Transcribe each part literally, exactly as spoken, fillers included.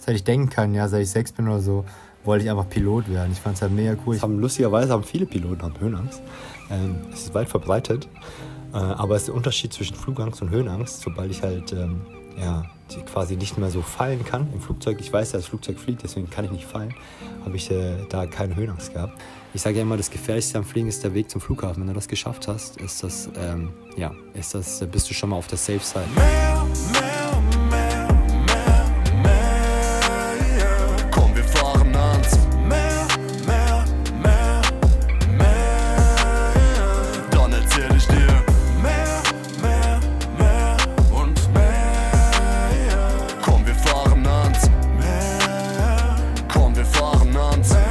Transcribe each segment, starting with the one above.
seit ich denken kann, ja, seit ich sechs bin oder so, wollte ich einfach Pilot werden. Ich fand es halt mega cool. Ich haben, lustigerweise haben viele Piloten haben Höhenangst. Ähm, es ist weit verbreitet. Äh, aber es ist der Unterschied zwischen Flugangst und Höhenangst. Sobald ich halt ähm, ja, quasi nicht mehr so fallen kann im Flugzeug, ich weiß ja, das Flugzeug fliegt, deswegen kann ich nicht fallen, habe ich äh, da keine Höhenangst gehabt. Ich sage ja immer, das Gefährlichste am Fliegen ist der Weg zum Flughafen. Wenn du das geschafft hast, ist das, ähm, ja, ist das, bist du schon mal auf der Safe Side. Mehr, mehr, mehr, mehr, mehr, yeah. Komm, wir fahren ans Meer, mehr, mehr, mehr, yeah. Dann erzähl ich dir mehr, mehr, mehr und mehr, yeah. Komm, wir fahren ans Meer, komm, wir fahren ans Meer.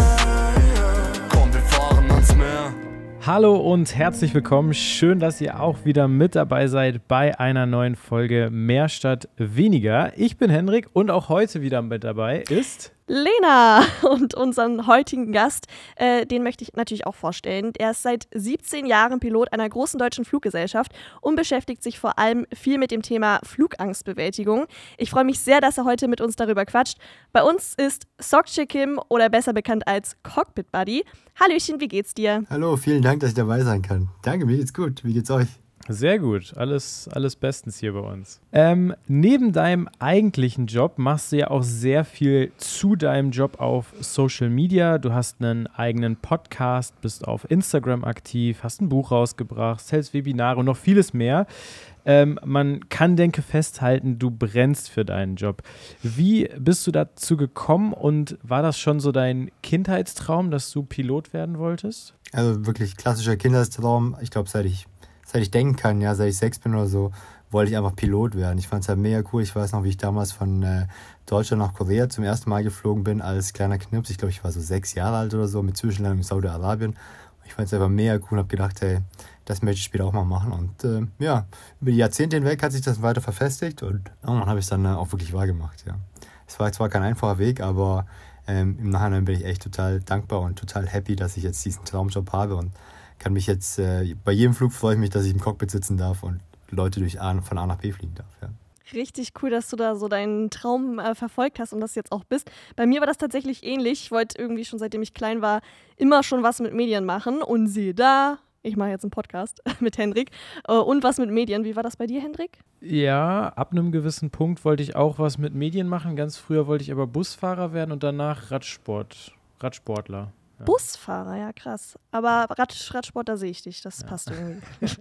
Hallo und herzlich willkommen. Schön, dass ihr auch wieder mit dabei seid bei einer neuen Folge Mehr statt weniger. Ich bin Hendrik und auch heute wieder mit dabei ist Lena. Und unseren heutigen Gast, äh, den möchte ich natürlich auch vorstellen. Er ist seit siebzehn Jahren Pilot einer großen deutschen Fluggesellschaft und beschäftigt sich vor allem viel mit dem Thema Flugangstbewältigung. Ich freue mich sehr, dass er heute mit uns darüber quatscht. Bei uns ist Sokche Kim oder besser bekannt als Cockpit Buddy. Hallöchen, wie geht's dir? Hallo, vielen Dank, dass ich dabei sein kann. Danke, mir geht's gut. Wie geht's euch? Sehr gut, alles, alles bestens hier bei uns. Ähm, neben deinem eigentlichen Job machst du ja auch sehr viel zu deinem Job auf Social Media. Du hast einen eigenen Podcast, bist auf Instagram aktiv, hast ein Buch rausgebracht, hältst Webinare und noch vieles mehr. Ähm, man kann, denke, festhalten, du brennst für deinen Job. Wie bist du dazu gekommen und war das schon so dein Kindheitstraum, dass du Pilot werden wolltest? Also wirklich klassischer Kindheitstraum. Ich glaube, seit ich Seit ich denken kann, ja, seit ich sechs bin oder so, wollte ich einfach Pilot werden. Ich fand es halt mega cool. Ich weiß noch, wie ich damals von äh, Deutschland nach Korea zum ersten Mal geflogen bin als kleiner Knips. Ich glaube, ich war so sechs Jahre alt oder so mit Zwischenlandung in Saudi-Arabien. Ich fand es einfach mega cool und habe gedacht, hey, das möchte ich später auch mal machen. Und äh, ja, über die Jahrzehnte hinweg hat sich das weiter verfestigt und irgendwann habe ich es dann äh, auch wirklich wahr gemacht. Ja. Es war zwar kein einfacher Weg, aber ähm, im Nachhinein bin ich echt total dankbar und total happy, dass ich jetzt diesen Traumjob habe und kann mich jetzt, äh, bei jedem Flug freue ich mich, dass ich im Cockpit sitzen darf und Leute durch A, von A nach B fliegen darf. Ja. Richtig cool, dass du da so deinen Traum äh, verfolgt hast und das jetzt auch bist. Bei mir war das tatsächlich ähnlich. Ich wollte irgendwie schon, seitdem ich klein war, immer schon was mit Medien machen und siehe da, ich mache jetzt einen Podcast mit Hendrik äh, und was mit Medien. Wie war das bei dir, Hendrik? Ja, ab einem gewissen Punkt wollte ich auch was mit Medien machen. Ganz früher wollte ich aber Busfahrer werden und danach Radsport, Radsportler. Ja. Busfahrer, ja krass. Aber Rad, Radsport, da sehe ich dich, das ja. passt irgendwie.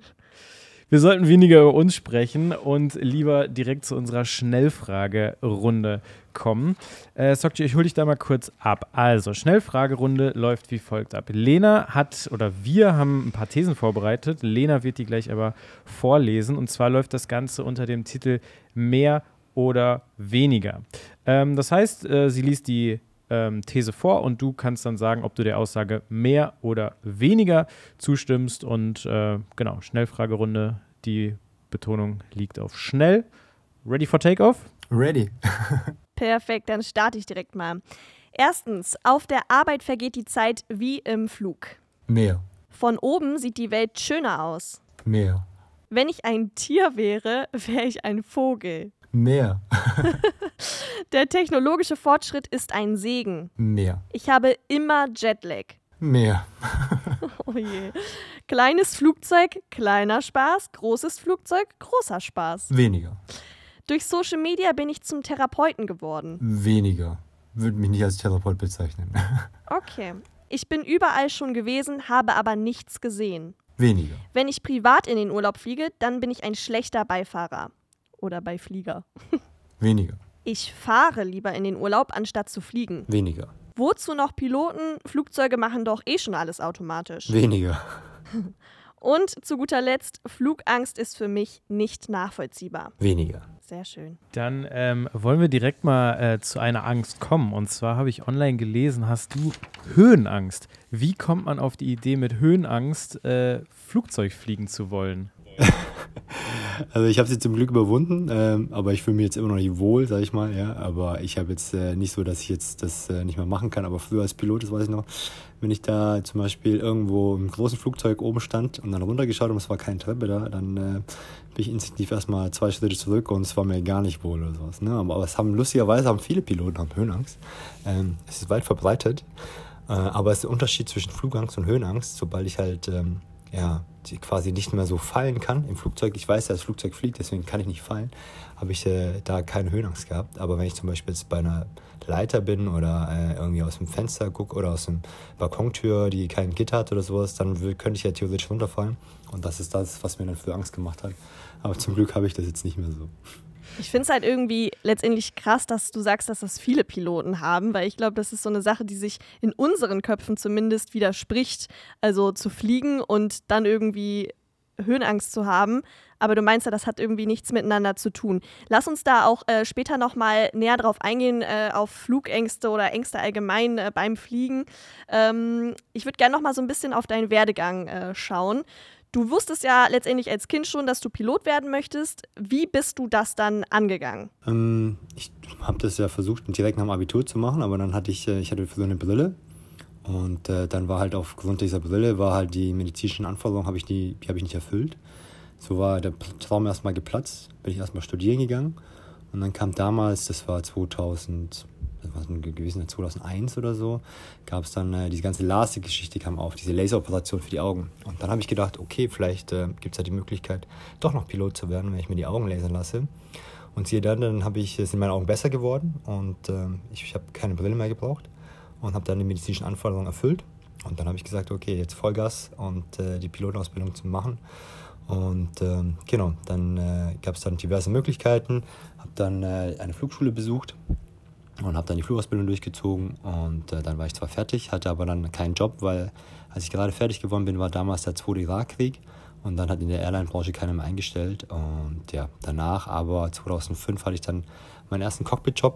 Wir sollten weniger über uns sprechen und lieber direkt zu unserer Schnellfragerunde kommen. Äh, Sokche, ich hole dich da mal kurz ab. Also, Schnellfragerunde läuft wie folgt ab. Lena hat, oder wir haben ein paar Thesen vorbereitet. Lena wird die gleich aber vorlesen. Und zwar läuft das Ganze unter dem Titel Mehr oder weniger. Ähm, das heißt, äh, sie liest die These vor und du kannst dann sagen, ob du der Aussage mehr oder weniger zustimmst und äh, genau, Schnellfragerunde, die Betonung liegt auf schnell. Ready for Takeoff? Ready. Perfekt, dann starte ich direkt mal. Erstens, auf der Arbeit vergeht die Zeit wie im Flug. Mehr. Von oben sieht die Welt schöner aus. Mehr. Wenn ich ein Tier wäre, wäre ich ein Vogel. Mehr. Der technologische Fortschritt ist ein Segen. Mehr. Ich habe immer Jetlag. Mehr. Oh je. Kleines Flugzeug, kleiner Spaß. Großes Flugzeug, großer Spaß. Weniger. Durch Social Media bin ich zum Therapeuten geworden. Weniger. Würde mich nicht als Therapeut bezeichnen. Okay. Ich bin überall schon gewesen, habe aber nichts gesehen. Weniger. Wenn ich privat in den Urlaub fliege, dann bin ich ein schlechter Beifahrer. Oder Beiflieger. Weniger. Ich fahre lieber in den Urlaub, anstatt zu fliegen. Weniger. Wozu noch Piloten? Flugzeuge machen doch eh schon alles automatisch. Weniger. Und zu guter Letzt, Flugangst ist für mich nicht nachvollziehbar. Weniger. Sehr schön. Dann ähm, wollen wir direkt mal äh, zu einer Angst kommen. Und zwar habe ich online gelesen, hast du Höhenangst. Wie kommt man auf die Idee, mit Höhenangst äh, Flugzeug fliegen zu wollen? Also ich habe sie zum Glück überwunden, ähm, aber ich fühle mich jetzt immer noch nicht wohl, sag ich mal, ja. Aber ich habe jetzt äh, nicht so, dass ich jetzt das äh, nicht mehr machen kann. Aber früher als Pilot, das weiß ich noch, wenn ich da zum Beispiel irgendwo im großen Flugzeug oben stand und dann runtergeschaut und es war keine Treppe da, dann äh, bin ich instinktiv erstmal zwei Schritte zurück und es war mir gar nicht wohl oder sowas. Ne? Aber, aber es haben lustigerweise haben viele Piloten haben Höhenangst. Ähm, es ist weit verbreitet. Äh, aber es ist der Unterschied zwischen Flugangst und Höhenangst, sobald ich halt ähm, ja, die quasi nicht mehr so fallen kann im Flugzeug. Ich weiß ja, das Flugzeug fliegt, deswegen kann ich nicht fallen. Habe ich äh, da keine Höhenangst gehabt. Aber wenn ich zum Beispiel jetzt bei einer Leiter bin oder äh, irgendwie aus dem Fenster gucke oder aus dem Balkontür, die kein Gitter hat oder sowas, dann will, könnte ich ja theoretisch runterfallen. Und das ist das, was mir dann für Angst gemacht hat. Aber zum Glück habe ich das jetzt nicht mehr so. Ich finde es halt irgendwie letztendlich krass, dass du sagst, dass das viele Piloten haben, weil ich glaube, das ist so eine Sache, die sich in unseren Köpfen zumindest widerspricht. Also zu fliegen und dann irgendwie Höhenangst zu haben. Aber du meinst ja, das hat irgendwie nichts miteinander zu tun. Lass uns da auch äh, später nochmal näher drauf eingehen, äh, auf Flugängste oder Ängste allgemein äh, beim Fliegen. Ähm, ich würde gerne nochmal so ein bisschen auf deinen Werdegang äh, schauen. Du wusstest ja letztendlich als Kind schon, dass du Pilot werden möchtest. Wie bist du das dann angegangen? Ähm, ich habe das ja versucht, direkt nach dem Abitur zu machen, aber dann hatte ich, ich hatte so eine Brille. Und äh, dann war halt aufgrund dieser Brille, war halt die medizinischen Anforderungen, habe ich die, die habe ich nicht erfüllt. So war der Traum erstmal geplatzt, bin ich erstmal studieren gegangen. Und dann kam damals, das war zweitausend, das war gewesen, zweitausendeins oder so, gab es dann äh, diese ganze LASIK-Geschichte kam auf, diese Laseroperation für die Augen. Und dann habe ich gedacht, okay, vielleicht äh, gibt es ja die Möglichkeit, doch noch Pilot zu werden, wenn ich mir die Augen lasern lasse. Und siehe dann, dann habe ich, sind meine Augen besser geworden und äh, ich, ich habe keine Brille mehr gebraucht und habe dann die medizinischen Anforderungen erfüllt. Und dann habe ich gesagt, okay, jetzt Vollgas und äh, die Pilotenausbildung zu machen. Und ähm, genau, dann äh, gab es dann diverse Möglichkeiten, habe dann äh, eine Flugschule besucht und habe dann die Flugausbildung durchgezogen und äh, dann war ich zwar fertig, hatte aber dann keinen Job, weil als ich gerade fertig geworden bin, war damals der zweite Irakkrieg und dann hat in der Airline-Branche keiner mehr eingestellt und ja, danach aber zweitausendfünf hatte ich dann meinen ersten Cockpit-Job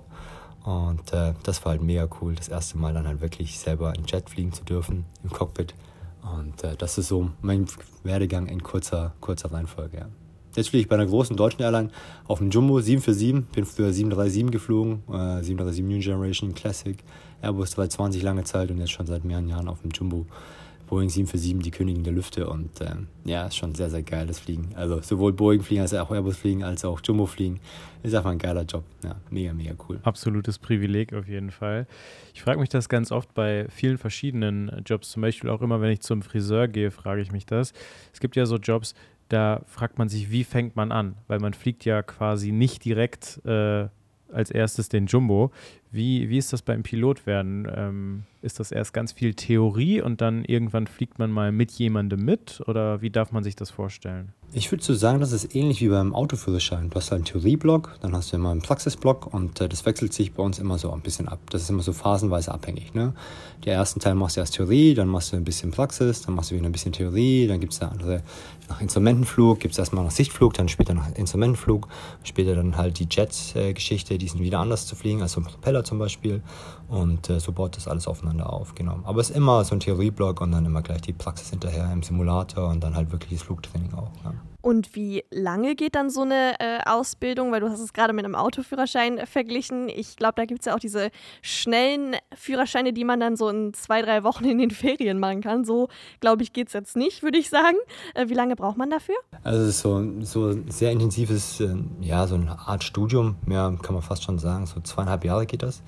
und äh, das war halt mega cool, das erste Mal dann halt wirklich selber in Jet fliegen zu dürfen, im Cockpit. Und äh, das ist so mein Werdegang in kurzer, kurzer Reihenfolge. Ja. Jetzt fliege ich bei einer großen deutschen Airline auf dem Jumbo sieben vier sieben. Bin früher sieben drei sieben geflogen, äh, sieben drei sieben New Generation Classic, Airbus dreihundertzwanzig lange Zeit und jetzt schon seit mehreren Jahren auf dem Jumbo. Boeing sieben vier sieben, die Königin der Lüfte und äh, ja, ist schon sehr, sehr geil, das Fliegen. Also sowohl Boeing fliegen als auch Airbus fliegen, als auch Jumbo fliegen. Ist einfach ein geiler Job. Ja, mega, mega cool. Absolutes Privileg auf jeden Fall. Ich frage mich das ganz oft bei vielen verschiedenen Jobs, zum Beispiel auch immer, wenn ich zum Friseur gehe, frage ich mich das. Es gibt ja so Jobs, da fragt man sich, wie fängt man an? Weil man fliegt ja quasi nicht direkt äh, als erstes den Jumbo. Wie, wie ist das beim Pilotwerden? Ähm, ist das erst ganz viel Theorie und dann irgendwann fliegt man mal mit jemandem mit? Oder wie darf man sich das vorstellen? Ich würde so sagen, das ist ähnlich wie beim Autoführerschein. Du hast halt einen Theorieblock, dann hast du immer einen Praxisblock und äh, das wechselt sich bei uns immer so ein bisschen ab. Das ist immer so phasenweise abhängig. Ne? Den ersten Teil machst du erst Theorie, dann machst du ein bisschen Praxis, dann machst du wieder ein bisschen Theorie, dann gibt es da andere, nach Instrumentenflug gibt es erstmal noch Sichtflug, dann später noch Instrumentenflug, später dann halt die Jet-Geschichte, äh, die sind wieder anders zu fliegen, als so ein Propeller zum Beispiel und äh, so baut das alles aufeinander auf, genau. Aber es ist immer so ein Theorieblock und dann immer gleich die Praxis hinterher im Simulator und dann halt wirklich das Flugtraining auch. Ja. Und wie lange geht dann so eine äh, Ausbildung? Weil du hast es gerade mit einem Autoführerschein äh, verglichen. Ich glaube, da gibt es ja auch diese schnellen Führerscheine, die man dann so in zwei, drei Wochen in den Ferien machen kann. So, glaube ich, geht es jetzt nicht, würde ich sagen. Äh, wie lange braucht man dafür? Also es ist so, so ein sehr intensives, äh, ja, so eine Art Studium, ja, kann man fast schon sagen. So zweieinhalb Jahre geht das.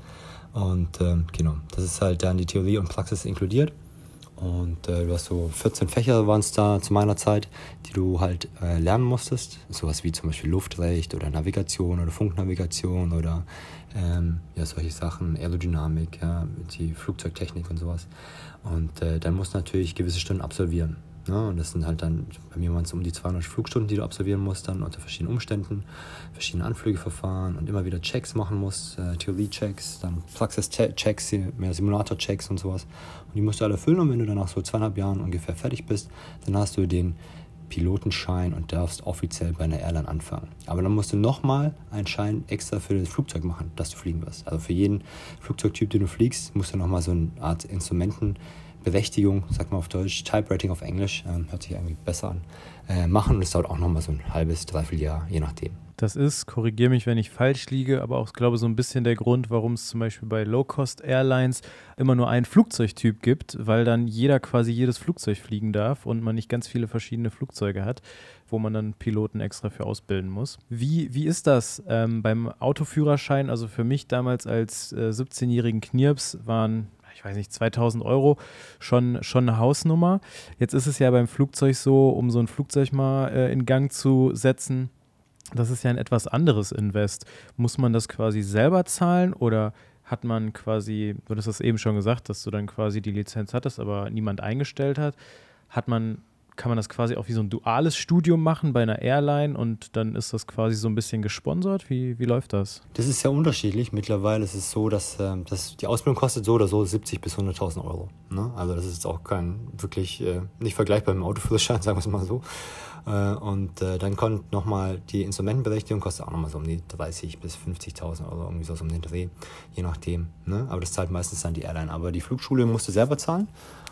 Und äh, genau, das ist halt dann die Theorie und Praxis inkludiert. Und äh, du hast so vierzehn Fächer waren es da zu meiner Zeit, die du halt äh, lernen musstest. Sowas wie zum Beispiel Luftrecht oder Navigation oder Funknavigation oder ähm, ja, solche Sachen, Aerodynamik, ja, die Flugzeugtechnik und sowas. Und äh, dann musst du natürlich gewisse Stunden absolvieren. Ne? Und das sind halt dann, bei mir waren es um die zweihundert Flugstunden, die du absolvieren musst, dann unter verschiedenen Umständen, verschiedene Anflügeverfahren und immer wieder Checks machen musst, äh, Theorie-Checks, dann Praxis-Checks, mehr Simulator-Checks und sowas. Und die musst du alle erfüllen und wenn du dann nach so zweieinhalb Jahren ungefähr fertig bist, dann hast du den Pilotenschein und darfst offiziell bei einer Airline anfangen. Aber dann musst du nochmal einen Schein extra für das Flugzeug machen, das du fliegen wirst. Also für jeden Flugzeugtyp, den du fliegst, musst du nochmal so eine Art Instrumenten Berechtigung, sagt man auf Deutsch, Type-Rating auf Englisch, ähm, hört sich irgendwie besser an, äh, machen und es dauert auch nochmal so ein halbes, dreiviertel Jahr, je nachdem. Das ist, korrigiere mich, wenn ich falsch liege, aber auch, ich glaube, so ein bisschen der Grund, warum es zum Beispiel bei Low-Cost-Airlines immer nur einen Flugzeugtyp gibt, weil dann jeder quasi jedes Flugzeug fliegen darf und man nicht ganz viele verschiedene Flugzeuge hat, wo man dann Piloten extra für ausbilden muss. Wie, wie ist das ähm, beim Autoführerschein? Also für mich damals als äh, siebzehnjährigen Knirps waren, ich weiß nicht, zweitausend Euro schon, schon eine Hausnummer. Jetzt ist es ja beim Flugzeug so, um so ein Flugzeug mal äh, in Gang zu setzen, das ist ja ein etwas anderes Invest. Muss man das quasi selber zahlen oder hat man quasi, du hast das eben schon gesagt, dass du dann quasi die Lizenz hattest, aber niemand eingestellt hat, hat man, kann man das quasi auch wie so ein duales Studium machen bei einer Airline und dann ist das quasi so ein bisschen gesponsert? Wie, wie läuft das? Das ist sehr unterschiedlich. Mittlerweile ist es so, dass, äh, dass die Ausbildung kostet so oder so siebzig bis hunderttausend Euro. Ne? Also das ist jetzt auch kein wirklich äh, nicht vergleichbar mit dem Autoführerschein, sagen wir es mal so. Äh, und äh, dann kommt nochmal die Instrumentenberechtigung, kostet auch nochmal so um die dreißig bis fünfzigtausend Euro, irgendwie so um den Dreh, je nachdem. Ne? Aber das zahlt meistens dann die Airline. Aber die Flugschule musst du selber zahlen.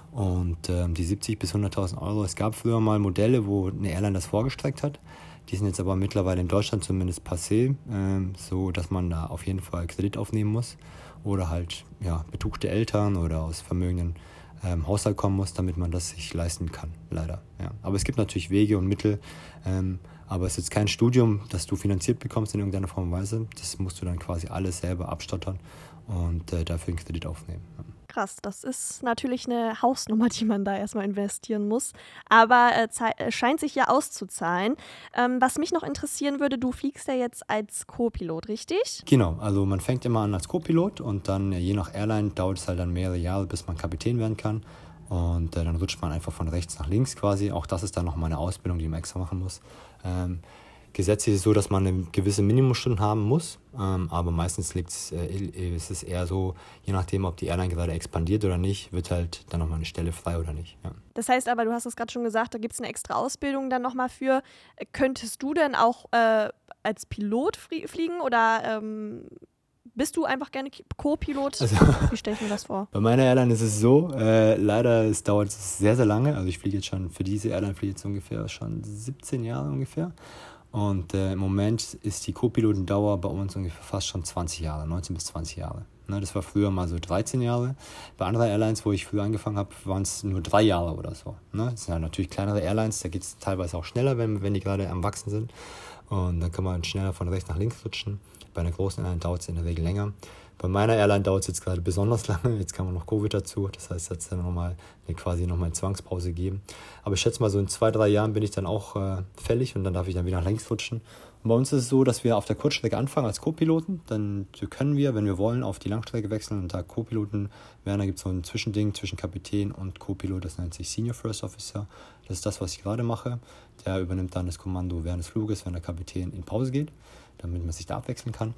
Und ähm, die siebzig bis hunderttausend Euro, es gab früher mal Modelle, wo eine Airline das vorgestreckt hat. Die sind jetzt aber mittlerweile in Deutschland zumindest passé, ähm, so dass man da auf jeden Fall Kredit aufnehmen muss oder halt ja, betuchte Eltern oder aus vermögenden ähm, Haushalt kommen muss, damit man das sich leisten kann, leider. Ja. Aber es gibt natürlich Wege und Mittel, ähm, aber es ist jetzt kein Studium, das du finanziert bekommst in irgendeiner Form und Weise. Das musst du dann quasi alles selber abstottern und äh, dafür einen Kredit aufnehmen. Ja. Krass, das ist natürlich eine Hausnummer, die man da erstmal investieren muss. Aber äh, zei- scheint sich ja auszuzahlen. Ähm, was mich noch interessieren würde, du fliegst ja jetzt als Co-Pilot, richtig? Genau, also man fängt immer an als Co-Pilot und dann je nach Airline dauert es halt dann mehrere Jahre, bis man Kapitän werden kann. Und äh, dann rutscht man einfach von rechts nach links quasi. Auch das ist dann nochmal eine Ausbildung, die man extra machen muss. Ähm, Gesetzlich ist es so, dass man eine gewisse Minimumstunden haben muss, ähm, aber meistens liegt's, äh, ist es eher so, je nachdem, ob die Airline gerade expandiert oder nicht, wird halt dann nochmal eine Stelle frei oder nicht. Ja. Das heißt aber, du hast es gerade schon gesagt, da gibt es eine extra Ausbildung dann nochmal für. Könntest du denn auch äh, als Pilot flie- fliegen oder ähm, bist du einfach gerne Co-Pilot? Also, Wie stelle ich mir das vor? Bei meiner Airline ist es so, äh, leider es dauert es sehr, sehr lange. Also ich fliege jetzt schon, für diese Airline fliege ich jetzt ungefähr schon siebzehn Jahre ungefähr. Und äh, im Moment ist die Co-Pilotendauer bei uns ungefähr fast schon zwanzig Jahre, neunzehn bis zwanzig Jahre. Ne, das war früher mal so dreizehn Jahre. Bei anderen Airlines, wo ich früher angefangen habe, waren es nur drei Jahre oder so. Ne? Das sind ja natürlich kleinere Airlines, da geht es teilweise auch schneller, wenn, wenn die gerade am Wachsen sind. Und dann kann man schneller von rechts nach links rutschen. Bei einer großen Airline dauert es in der Regel länger. Bei meiner Airline dauert es jetzt gerade besonders lange. Jetzt kann man noch Covid dazu. Das heißt, jetzt dann nochmal eine, quasi nochmal eine Zwangspause geben. Aber ich schätze mal, so in zwei, drei Jahren bin ich dann auch äh, fällig und dann darf ich dann wieder nach links rutschen. Und bei uns ist es so, dass wir auf der Kurzstrecke anfangen als Co-Piloten. Dann können wir, wenn wir wollen, auf die Langstrecke wechseln und da Co-Piloten werden. Da gibt es so ein Zwischending zwischen Kapitän und Co-Pilot. Das nennt sich Senior First Officer. Das ist das, was ich gerade mache. Der übernimmt dann das Kommando während des Fluges, wenn der Kapitän in Pause geht, damit man sich da abwechseln kann.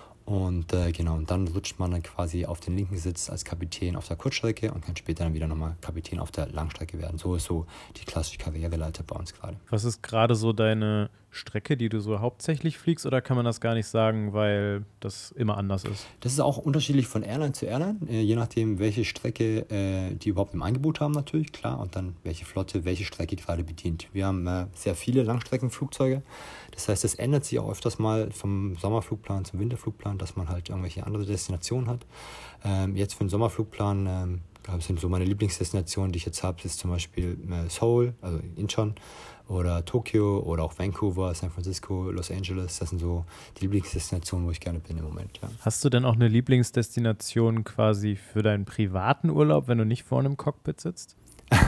Und äh, genau, und dann rutscht man dann quasi auf den linken Sitz als Kapitän auf der Kurzstrecke und kann später dann wieder nochmal Kapitän auf der Langstrecke werden. So ist so die klassische Karriereleiter bei uns gerade. Was ist gerade so deine Strecke, die du so hauptsächlich fliegst, oder kann man das gar nicht sagen, weil das immer anders ist? Das ist auch unterschiedlich von Airline zu Airline, äh, je nachdem, welche Strecke äh, die überhaupt im Angebot haben natürlich, klar, und dann welche Flotte welche Strecke gerade bedient. Wir haben äh, sehr viele Langstreckenflugzeuge, das heißt, es ändert sich auch öfters mal vom Sommerflugplan zum Winterflugplan, dass man halt irgendwelche andere Destinationen hat. Ähm, jetzt für den Sommerflugplan ähm, glaube ich, sind so meine Lieblingsdestinationen, die ich jetzt habe, ist zum Beispiel äh, Seoul, also Incheon, oder Tokio oder auch Vancouver, San Francisco, Los Angeles. Das sind so die Lieblingsdestinationen, wo ich gerne bin im Moment. Ja. Hast du denn auch eine Lieblingsdestination quasi für deinen privaten Urlaub, wenn du nicht vor einem Cockpit sitzt?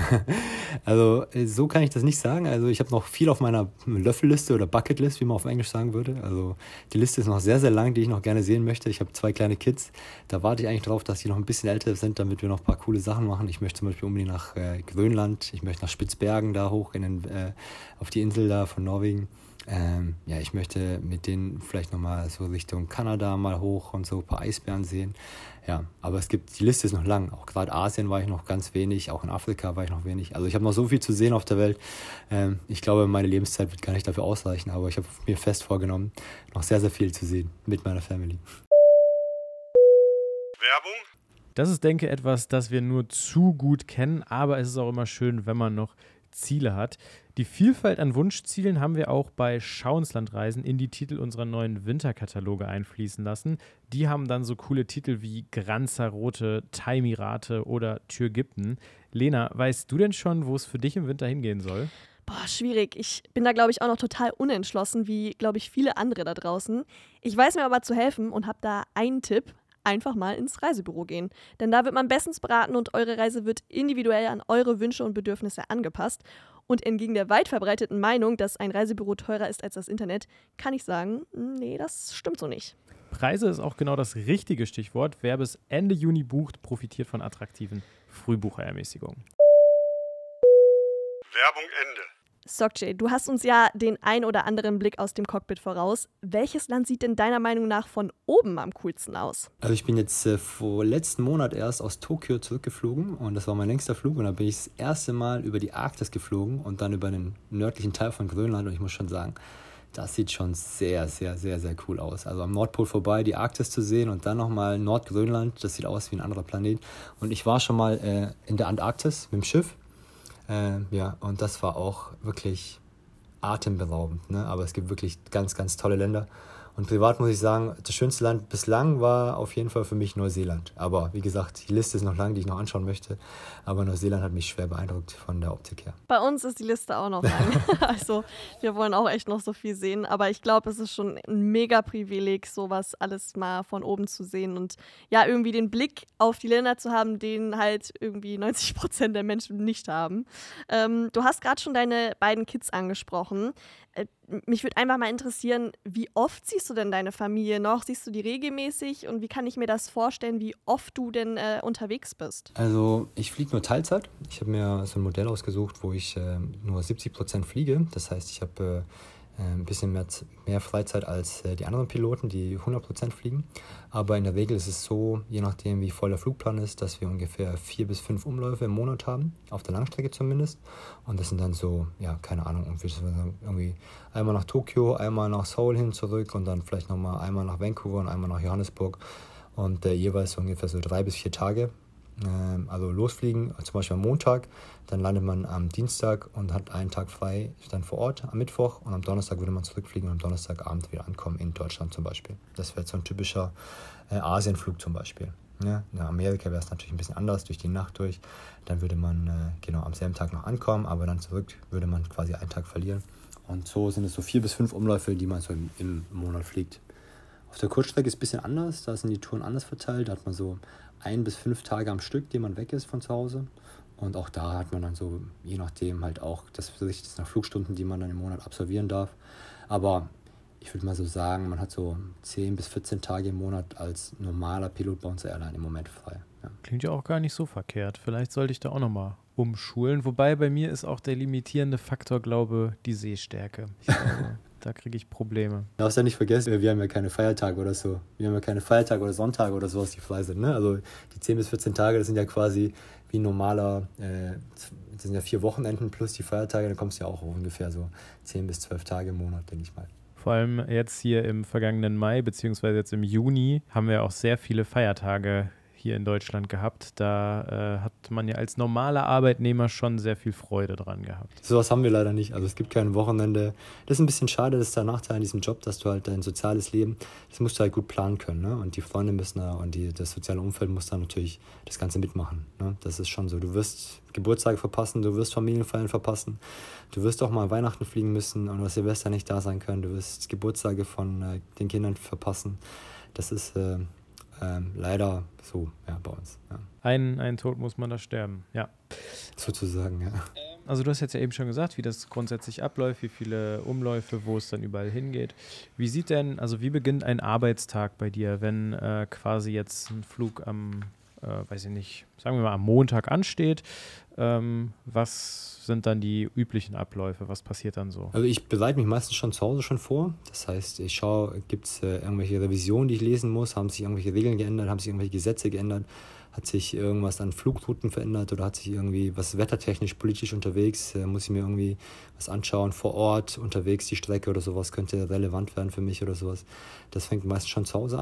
Also so kann ich das nicht sagen. Also ich habe noch viel auf meiner Löffelliste oder Bucketlist, wie man auf Englisch sagen würde. Also die Liste ist noch sehr, sehr lang, die ich noch gerne sehen möchte. Ich habe zwei kleine Kids. Da warte ich eigentlich drauf, dass die noch ein bisschen älter sind, damit wir noch ein paar coole Sachen machen. Ich möchte zum Beispiel unbedingt nach äh, Grönland. Ich möchte nach Spitzbergen da hoch in den, äh, auf die Insel da von Norwegen. Ähm, ja, ich möchte mit denen vielleicht nochmal so Richtung Kanada mal hoch und so ein paar Eisbären sehen. Ja, aber es gibt, die Liste ist noch lang. Auch gerade Asien war ich noch ganz wenig, auch in Afrika war ich noch wenig. Also ich habe noch so viel zu sehen auf der Welt. Ähm, ich glaube, meine Lebenszeit wird gar nicht dafür ausreichen, aber ich habe mir fest vorgenommen, noch sehr, sehr viel zu sehen mit meiner Family. Werbung? Das ist, denke ich, etwas, das wir nur zu gut kennen, aber es ist auch immer schön, wenn man noch Ziele hat. Die Vielfalt an Wunschzielen haben wir auch bei Schauinslandreisen in die Titel unserer neuen Winterkataloge einfließen lassen. Die haben dann so coole Titel wie Granzarote, Taimirate oder Türgipten. Lena, weißt du denn schon, wo es für dich im Winter hingehen soll? Boah, schwierig. Ich bin da, glaube ich, auch noch total unentschlossen, wie, glaube ich, viele andere da draußen. Ich weiß mir aber zu helfen und habe da einen Tipp. Einfach mal ins Reisebüro gehen. Denn da wird man bestens beraten und eure Reise wird individuell an eure Wünsche und Bedürfnisse angepasst. Und entgegen der weit verbreiteten Meinung, dass ein Reisebüro teurer ist als das Internet, kann ich sagen, nee, das stimmt so nicht. Preise ist auch genau das richtige Stichwort. Wer bis Ende Juni bucht, profitiert von attraktiven Frühbucherermäßigungen. Werbung Ende. Sokje, du hast uns ja den ein oder anderen Blick aus dem Cockpit voraus. Welches Land sieht denn deiner Meinung nach von oben am coolsten aus? Also ich bin jetzt äh, vor letzten Monat erst aus Tokio zurückgeflogen und das war mein längster Flug und da bin ich das erste Mal über die Arktis geflogen und dann über den nördlichen Teil von Grönland und ich muss schon sagen, das sieht schon sehr, sehr, sehr, sehr cool aus. Also am Nordpol vorbei die Arktis zu sehen und dann nochmal Nordgrönland, das sieht aus wie ein anderer Planet. Und ich war schon mal äh, in der Antarktis mit dem Schiff. Äh, ja, und das war auch wirklich atemberaubend, ne? Aber es gibt wirklich ganz, ganz tolle Länder. Und privat muss ich sagen, das schönste Land bislang war auf jeden Fall für mich Neuseeland. Aber wie gesagt, die Liste ist noch lang, die ich noch anschauen möchte. Aber Neuseeland hat mich schwer beeindruckt von der Optik her. Bei uns ist die Liste auch noch lang. Also wir wollen auch echt noch so viel sehen. Aber ich glaube, es ist schon ein mega Privileg, sowas alles mal von oben zu sehen. Und ja, irgendwie den Blick auf die Länder zu haben, den halt irgendwie neunzig Prozent der Menschen nicht haben. Ähm, du hast gerade schon deine beiden Kids angesprochen. Äh, mich würde einfach mal interessieren, wie oft siehst du denn deine Familie noch? Siehst du die regelmäßig? Und wie kann ich mir das vorstellen, wie oft du denn äh, unterwegs bist? Also ich fliege nur Teilzeit. Ich habe mir so ein Modell ausgesucht, wo ich äh, nur siebzig Prozent fliege. Das heißt, ich habe äh, ein bisschen mehr, mehr Freizeit als äh, die anderen Piloten, die hundert Prozent fliegen. Aber in der Regel ist es so, je nachdem wie voll der Flugplan ist, dass wir ungefähr vier bis fünf Umläufe im Monat haben, auf der Langstrecke zumindest. Und das sind dann so, ja, keine Ahnung, irgendwie einmal nach Tokio, einmal nach Seoul hin zurück und dann vielleicht nochmal einmal nach Vancouver und einmal nach Johannesburg. Und äh, jeweils so ungefähr so drei bis vier Tage. Also losfliegen, zum Beispiel am Montag, dann landet man am Dienstag und hat einen Tag frei dann vor Ort am Mittwoch und am Donnerstag würde man zurückfliegen und am Donnerstagabend wieder ankommen in Deutschland zum Beispiel. Das wäre so ein typischer äh, Asienflug zum Beispiel. Ja, in Amerika wäre es natürlich ein bisschen anders, durch die Nacht durch. Dann würde man äh, genau am selben Tag noch ankommen, aber dann zurück würde man quasi einen Tag verlieren. Und so sind es so vier bis fünf Umläufe, die man so im, im Monat fliegt. Auf der Kurzstrecke ist es ein bisschen anders, da sind die Touren anders verteilt, da hat man so ein bis fünf Tage am Stück, die man weg ist von zu Hause. Und auch da hat man dann so, je nachdem halt auch, das richtet nach Flugstunden, die man dann im Monat absolvieren darf. Aber ich würde mal so sagen, man hat so zehn bis vierzehn Tage im Monat als normaler Pilot bei uns Airline im Moment frei. Ja. Klingt ja auch gar nicht so verkehrt. Vielleicht sollte ich da auch nochmal umschulen. Wobei bei mir ist auch der limitierende Faktor, glaube ich, die Sehstärke. Ich glaube, da kriege ich Probleme. Du darfst ja nicht vergessen, wir haben ja keine Feiertage oder so. Wir haben ja keine Feiertage oder Sonntage oder sowas, die frei sind. Ne? Also die zehn bis vierzehn Tage, das sind ja quasi wie ein normaler, äh, das sind ja vier Wochenenden plus die Feiertage, dann kommst du ja auch auf ungefähr so zehn bis zwölf Tage im Monat, denke ich mal. Vor allem jetzt hier im vergangenen Mai, beziehungsweise jetzt im Juni, haben wir auch sehr viele Feiertage hier in Deutschland gehabt. Da äh, hat man ja als normaler Arbeitnehmer schon sehr viel Freude dran gehabt. Sowas haben wir leider nicht. Also es gibt kein Wochenende. Das ist ein bisschen schade, das ist der Nachteil an diesem Job, dass du halt dein soziales Leben, das musst du halt gut planen können. Ne? Und die Freunde müssen da und die, das soziale Umfeld muss da natürlich das Ganze mitmachen. Ne? Das ist schon so. Du wirst Geburtstage verpassen, du wirst Familienfeiern verpassen, du wirst auch mal Weihnachten fliegen müssen und was Silvester nicht da sein können. Du wirst Geburtstage von äh, den Kindern verpassen. Das ist äh, Ähm, leider so, ja, bei uns. Ja. Ein, ein Tod muss man da sterben, ja. Sozusagen, ja. Also du hast jetzt ja eben schon gesagt, wie das grundsätzlich abläuft, wie viele Umläufe, wo es dann überall hingeht. Wie sieht denn, also wie beginnt ein Arbeitstag bei dir, wenn äh, quasi jetzt ein Flug am, äh, weiß ich nicht, sagen wir mal am Montag ansteht? Ähm, was sind dann die üblichen Abläufe? Was passiert dann so? Also ich bereite mich meistens schon zu Hause schon vor. Das heißt, ich schaue, gibt es äh, irgendwelche Revisionen, die ich lesen muss? Haben sich irgendwelche Regeln geändert? Haben sich irgendwelche Gesetze geändert? Hat sich irgendwas an Flugrouten verändert? Oder hat sich irgendwie was wettertechnisch, politisch unterwegs? Äh, muss ich mir irgendwie was anschauen vor Ort, unterwegs die Strecke oder sowas? Könnte relevant werden für mich oder sowas. Das fängt meistens schon zu Hause an.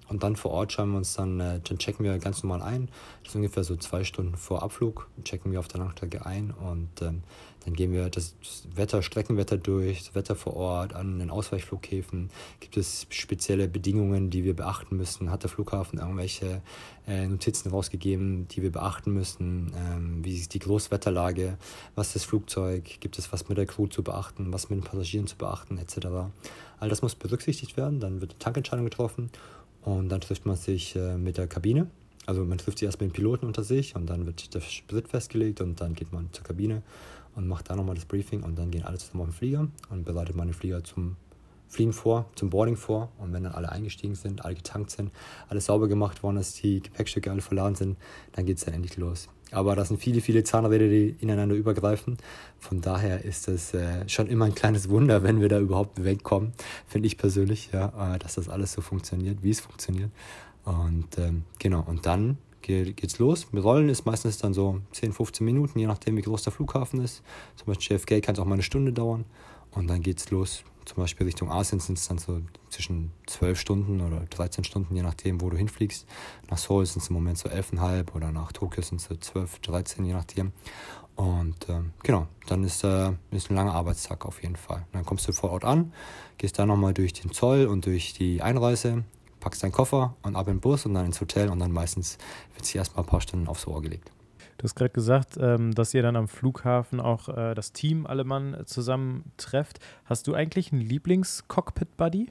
Und dann vor Ort schauen wir uns dann, äh, dann checken wir ganz normal ein. Das ist ungefähr so zwei Stunden vor Abflug, checken wir auf der Langstrecke ein und ähm, dann gehen wir das Wetter, Streckenwetter durch, das Wetter vor Ort, an den Ausweichflughäfen. Gibt es spezielle Bedingungen, die wir beachten müssen? Hat der Flughafen irgendwelche äh, Notizen rausgegeben, die wir beachten müssen? Ähm, wie ist die Großwetterlage? Was ist das Flugzeug? Gibt es was mit der Crew zu beachten? Was mit den Passagieren zu beachten, et cetera. All das muss berücksichtigt werden. Dann wird die Tankentscheidung getroffen. Und dann trifft man sich äh, mit der Kabine. Also man trifft sich erst mit den Piloten unter sich und dann wird der Sprit festgelegt und dann geht man zur Kabine und macht da nochmal das Briefing und dann gehen alle zusammen auf den Flieger und bereitet man den Flieger zum Fliegen vor, zum Boarding vor. Und wenn dann alle eingestiegen sind, alle getankt sind, alles sauber gemacht worden ist, die Gepäckstücke alle verladen sind, dann geht es dann endlich los. Aber das sind viele, viele Zahnräder, die ineinander übergreifen. Von daher ist es äh, schon immer ein kleines Wunder, wenn wir da überhaupt wegkommen, finde ich persönlich, ja, äh, dass das alles so funktioniert, wie es funktioniert. Und ähm, genau, und dann geht, geht's los. Mit Rollen ist meistens dann so zehn, fünfzehn Minuten, je nachdem, wie groß der Flughafen ist. Zum Beispiel J F K kann es auch mal eine Stunde dauern. Und dann geht's los. Zum Beispiel Richtung Asien sind es dann so zwischen zwölf Stunden oder dreizehn Stunden, je nachdem, wo du hinfliegst. Nach Seoul sind es im Moment so elf Komma fünf oder nach Tokio sind es so zwölf, dreizehn, je nachdem. Und ähm, genau, dann ist, äh, ist ein langer Arbeitstag auf jeden Fall. Dann kommst du vor Ort an, gehst dann nochmal durch den Zoll und durch die Einreise, packst deinen Koffer und ab in den Bus und dann ins Hotel und dann meistens wird sich erstmal ein paar Stunden aufs Ohr gelegt. Du hast gerade gesagt, ähm, dass ihr dann am Flughafen auch äh, das Team alle Mann zusammen trefft. Hast du eigentlich einen Lieblings-Cockpit-Buddy?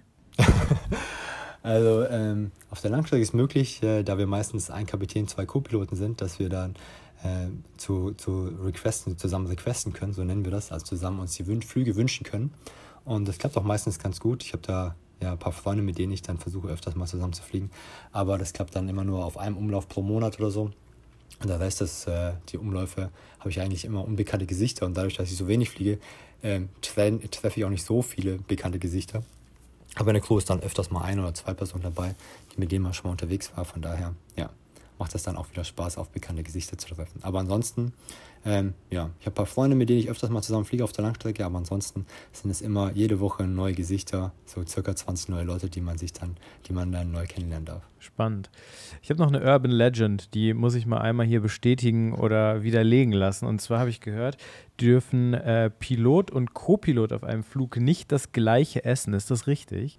Also ähm, auf der Langstrecke ist möglich, äh, da wir meistens ein Kapitän, zwei Co-Piloten sind, dass wir dann äh, zu, zu requesten, zusammen requesten können, so nennen wir das, also zusammen uns die Wün- Flüge wünschen können. Und das klappt auch meistens ganz gut. Ich habe da ja ein paar Freunde, mit denen ich dann versuche, öfters mal zusammen zu fliegen. Aber das klappt dann immer nur auf einem Umlauf pro Monat oder so. Und der Rest des, äh, die Umläufe habe ich eigentlich immer unbekannte Gesichter. Und dadurch, dass ich so wenig fliege, äh, tre- treffe ich auch nicht so viele bekannte Gesichter. Aber in der Crew ist dann öfters mal ein oder zwei Personen dabei, die mit denen man schon mal unterwegs war. Von daher, ja, macht das dann auch wieder Spaß, auf bekannte Gesichter zu treffen. Aber ansonsten, ähm, ja, ich habe ein paar Freunde, mit denen ich öfters mal zusammen fliege auf der Langstrecke, aber ansonsten sind es immer jede Woche neue Gesichter, so circa zwanzig neue Leute, die man sich dann, die man dann neu kennenlernen darf. Spannend. Ich habe noch eine Urban Legend, die muss ich mal einmal hier bestätigen oder widerlegen lassen. Und zwar habe ich gehört, dürfen äh, Pilot und Co-Pilot auf einem Flug nicht das gleiche essen. Ist das richtig?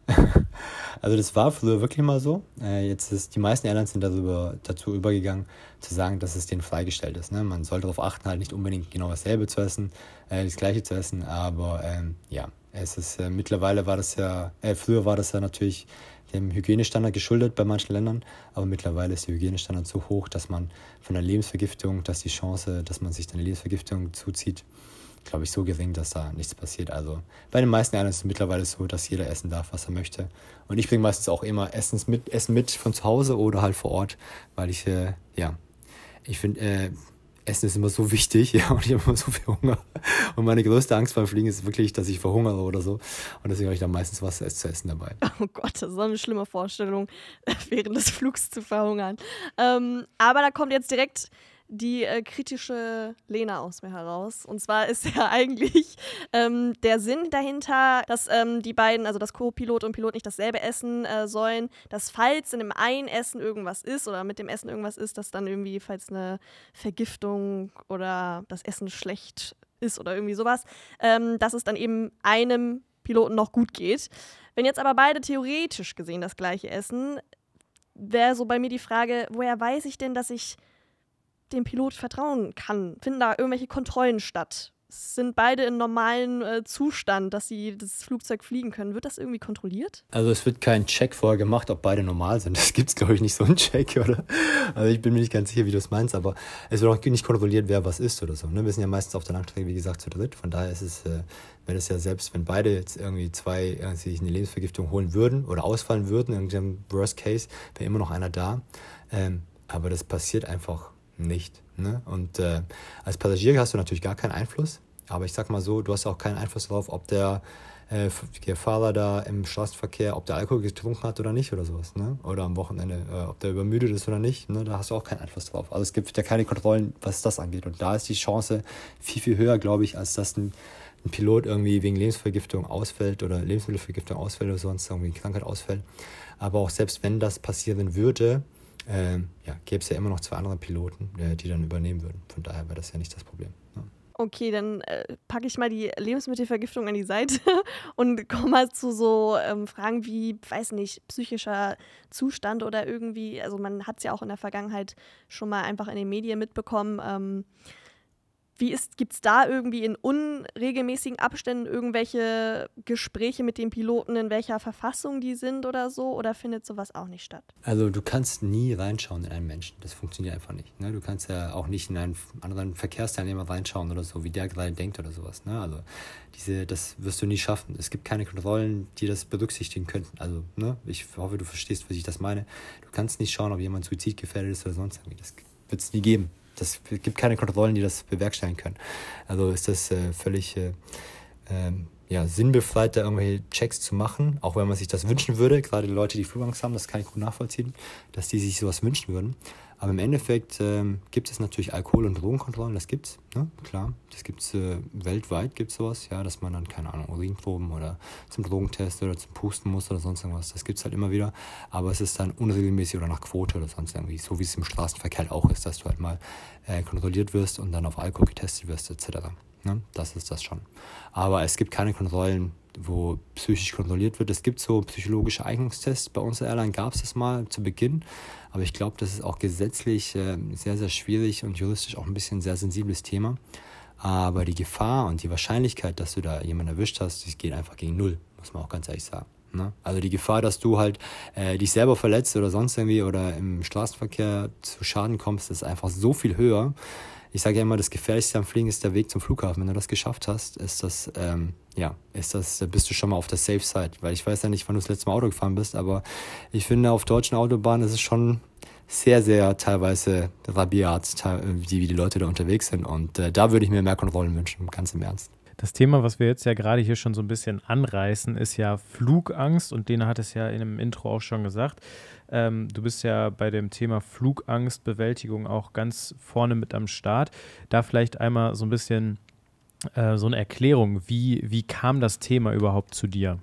Also das war früher wirklich mal so. Äh, jetzt ist die meisten Airlines sind darüber, dazu übergegangen, zu sagen, dass es denen freigestellt ist. Ne? Man soll darauf achten, halt nicht unbedingt genau dasselbe zu essen, äh, das gleiche zu essen, aber ähm, ja, es ist äh, mittlerweile war das ja, äh, früher war das ja natürlich dem Hygienestandard geschuldet bei manchen Ländern, aber mittlerweile ist der Hygienestandard so hoch, dass man von der Lebensvergiftung, dass die Chance, dass man sich eine Lebensvergiftung zuzieht, glaube ich, so gering, dass da nichts passiert. Also bei den meisten Airlines ist es mittlerweile so, dass jeder essen darf, was er möchte. Und ich bringe meistens auch immer Essens mit, Essen mit von zu Hause oder halt vor Ort, weil ich, äh, ja, ich finde, äh, Essen ist immer so wichtig, ja, und ich habe immer so viel Hunger. Und meine größte Angst beim Fliegen ist wirklich, dass ich verhungere oder so. Und deswegen habe ich da meistens was zu essen dabei. Oh Gott, das ist so eine schlimme Vorstellung, während des Flugs zu verhungern. Ähm, aber da kommt jetzt direkt die äh, kritische Lena aus mir heraus. Und zwar ist ja eigentlich ähm, der Sinn dahinter, dass ähm, die beiden, also das Co-Pilot und Pilot nicht dasselbe essen äh, sollen, dass falls in dem einen Essen irgendwas ist oder mit dem Essen irgendwas ist, dass dann irgendwie, falls eine Vergiftung oder das Essen schlecht ist oder irgendwie sowas, ähm, dass es dann eben einem Piloten noch gut geht. Wenn jetzt aber beide theoretisch gesehen das gleiche essen, wäre so bei mir die Frage, woher weiß ich denn, dass ich dem Pilot vertrauen kann? Finden da irgendwelche Kontrollen statt? Sind beide in normalen äh, Zustand, dass sie das Flugzeug fliegen können? Wird das irgendwie kontrolliert? Also es wird kein Check vorher gemacht, ob beide normal sind. Das gibt es, glaube ich, nicht so einen Check, oder? Also ich bin mir nicht ganz sicher, wie du es meinst, aber es wird auch nicht kontrolliert, wer was ist oder so. Ne? Wir sind ja meistens auf der Langstrecke, wie gesagt, zu dritt. Von daher ist es, äh, wenn es ja selbst, wenn beide jetzt irgendwie zwei äh, sich eine Lebensvergiftung holen würden oder ausfallen würden, in irgendeinem Worst Case, wäre immer noch einer da. Ähm, aber das passiert einfach nicht. Ne? Und äh, als Passagier hast du natürlich gar keinen Einfluss, aber ich sag mal so, du hast auch keinen Einfluss darauf, ob der, äh, der Fahrer da im Straßenverkehr, ob der Alkohol getrunken hat oder nicht oder sowas, ne? Oder am Wochenende, äh, ob der übermüdet ist oder nicht, ne? Da hast du auch keinen Einfluss drauf. Also es gibt ja keine Kontrollen, was das angeht. Und da ist die Chance viel, viel höher, glaube ich, als dass ein ein Pilot irgendwie wegen Lebensvergiftung ausfällt oder Lebensmittelvergiftung ausfällt oder sonst irgendwie Krankheit ausfällt. Aber auch selbst wenn das passieren würde, ähm, ja, gäbe es ja immer noch zwei andere Piloten, äh, die dann übernehmen würden. Von daher wäre das ja nicht das Problem. Ja. Okay, dann äh, packe ich mal die Lebensmittelvergiftung an die Seite und komme mal zu so ähm, Fragen wie, weiß nicht, psychischer Zustand oder irgendwie, also man hat es ja auch in der Vergangenheit schon mal einfach in den Medien mitbekommen. Ähm, wie ist, gibt es da irgendwie in unregelmäßigen Abständen irgendwelche Gespräche mit den Piloten, in welcher Verfassung die sind oder so? Oder findet sowas auch nicht statt? Also du kannst nie reinschauen in einen Menschen. Das funktioniert einfach nicht. Ne? Du kannst ja auch nicht in einen anderen Verkehrsteilnehmer reinschauen oder so, wie der gerade denkt oder sowas. Ne? Also diese, das wirst du nie schaffen. Es gibt keine Kontrollen, die das berücksichtigen könnten. Also ne? Ich hoffe, du verstehst, was ich das meine. Du kannst nicht schauen, ob jemand suizidgefährdet ist oder sonst irgendwie. Das wird es nie geben. Das gibt keine Kontrollen, die das bewerkstelligen können. Also ist das äh, völlig äh, ähm, ja, sinnbefreit, da irgendwelche Checks zu machen, auch wenn man sich das wünschen würde. Gerade die Leute, die Flugangst haben, das kann ich gut nachvollziehen, dass die sich sowas wünschen würden. Aber im Endeffekt ähm, gibt es natürlich Alkohol- und Drogenkontrollen, das gibt's, ne? Klar. Das gibt's äh, weltweit, gibt's sowas, ja, dass man dann, keine Ahnung, Urinproben oder zum Drogentest oder zum Pusten muss oder sonst irgendwas. Das gibt's halt immer wieder. Aber es ist dann unregelmäßig oder nach Quote oder sonst irgendwie, so wie es im Straßenverkehr auch ist, dass du halt mal äh, kontrolliert wirst und dann auf Alkohol getestet wirst, et cetera. Ne? Das ist das schon. Aber es gibt keine Kontrollen, wo psychisch kontrolliert wird. Es gibt so psychologische Eignungstests. Bei unserer Airline gab es das mal zu Beginn. Aber ich glaube, das ist auch gesetzlich äh, sehr, sehr schwierig und juristisch auch ein bisschen ein sehr sensibles Thema. Aber die Gefahr und die Wahrscheinlichkeit, dass du da jemanden erwischt hast, die geht einfach gegen null, muss man auch ganz ehrlich sagen. Ne? Also die Gefahr, dass du halt äh, dich selber verletzt oder sonst irgendwie oder im Straßenverkehr zu Schaden kommst, ist einfach so viel höher. Ich sage ja immer, das Gefährlichste am Fliegen ist der Weg zum Flughafen. Wenn du das geschafft hast, ist das, ähm, ja, ist das, da bist du schon mal auf der Safe Side. Weil ich weiß ja nicht, wann du das letzte Mal Auto gefahren bist, aber ich finde, auf deutschen Autobahnen ist es schon sehr, sehr teilweise rabiat, wie die Leute da unterwegs sind. Und äh, da würde ich mir mehr Kontrollen wünschen, ganz im Ernst. Das Thema, was wir jetzt ja gerade hier schon so ein bisschen anreißen, ist ja Flugangst, und Lena hat es ja in dem Intro auch schon gesagt. Ähm, du bist ja bei dem Thema Flugangstbewältigung auch ganz vorne mit am Start. Da vielleicht einmal so ein bisschen äh, so eine Erklärung. Wie, wie kam das Thema überhaupt zu dir?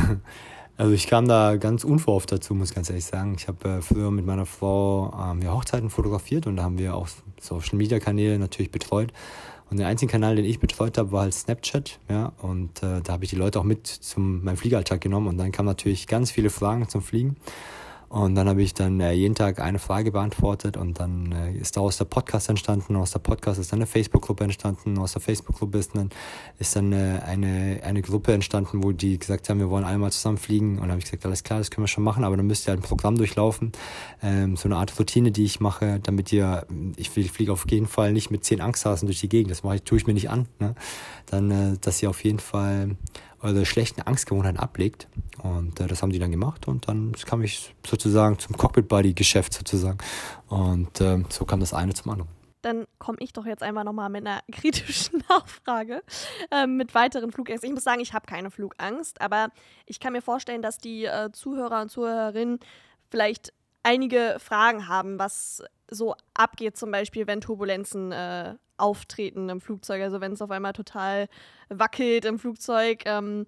Also ich kam da ganz unverhofft dazu, muss ich ganz ehrlich sagen. Ich habe äh, früher mit meiner Frau ähm, ja, Hochzeiten fotografiert und da haben wir auch Social-Media-Kanäle natürlich betreut. Und der einzige Kanal, den ich betreut habe, war halt Snapchat. Ja, und äh, da habe ich die Leute auch mit zum meinem Fliegeralltag genommen. Und dann kamen natürlich ganz viele Fragen zum Fliegen. Und dann habe ich dann äh, jeden Tag eine Frage beantwortet und dann äh, ist daraus der Podcast entstanden. Aus der Podcast ist dann eine Facebook-Gruppe entstanden. Aus der Facebook-Gruppe ist dann, ist dann äh, eine, eine Gruppe entstanden, wo die gesagt haben, wir wollen einmal zusammen fliegen. Und dann habe ich gesagt, alles klar, das können wir schon machen, aber dann müsst ihr halt ein Programm durchlaufen. Ähm, so eine Art Routine, die ich mache, damit ihr, ich fliege auf jeden Fall nicht mit zehn Angsthasen durch die Gegend. Das mache ich, tue ich mir nicht an. Ne? Dann, äh, dass ihr auf jeden Fall eure schlechten Angstgewohnheiten ablegt. Und äh, das haben die dann gemacht und dann kam ich sozusagen zum Cockpit-Buddy-Geschäft sozusagen. Und äh, so kam das eine zum anderen. Dann komme ich doch jetzt einfach nochmal mit einer kritischen Nachfrage äh, mit weiteren Flugängsten. Ich muss sagen, ich habe keine Flugangst, aber ich kann mir vorstellen, dass die äh, Zuhörer und Zuhörerinnen vielleicht einige Fragen haben, was so abgeht, zum Beispiel, wenn Turbulenzen äh, auftreten im Flugzeug, also wenn es auf einmal total wackelt im Flugzeug. Ähm,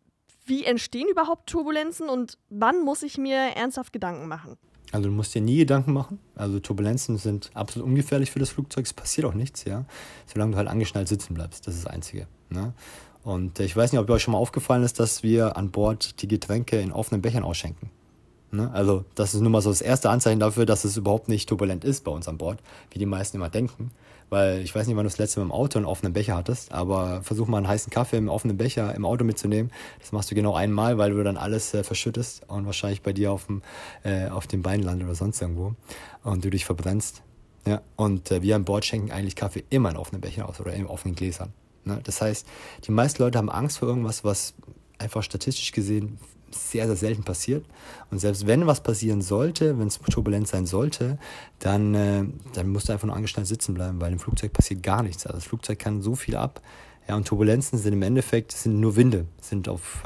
wie entstehen überhaupt Turbulenzen und wann muss ich mir ernsthaft Gedanken machen? Also du musst dir nie Gedanken machen. Also Turbulenzen sind absolut ungefährlich für das Flugzeug. Es passiert auch nichts, ja, solange du halt angeschnallt sitzen bleibst. Das ist das Einzige. Ne? Und äh, ich weiß nicht, ob euch schon mal aufgefallen ist, dass wir an Bord die Getränke in offenen Bechern ausschenken. Ne? Also das ist nun mal so das erste Anzeichen dafür, dass es überhaupt nicht turbulent ist bei uns an Bord, wie die meisten immer denken. Weil ich weiß nicht, wann du das letzte Mal im Auto einen offenen Becher hattest, aber versuch mal einen heißen Kaffee im offenen Becher im Auto mitzunehmen. Das machst du genau einmal, weil du dann alles äh, verschüttest und wahrscheinlich bei dir auf dem, äh, auf dem Bein landet oder sonst irgendwo und du dich verbrennst. Ja? Und äh, wir an Bord schenken eigentlich Kaffee immer in offenen Bechern aus oder in offenen Gläsern. Ne? Das heißt, die meisten Leute haben Angst vor irgendwas, was einfach statistisch gesehen sehr, sehr selten passiert. Und selbst wenn was passieren sollte, wenn es turbulent sein sollte, dann, äh, dann musst du einfach nur angeschnallt sitzen bleiben, weil im Flugzeug passiert gar nichts. Also das Flugzeug kann so viel ab. Ja, und Turbulenzen sind im Endeffekt sind nur Winde, sind auf, äh,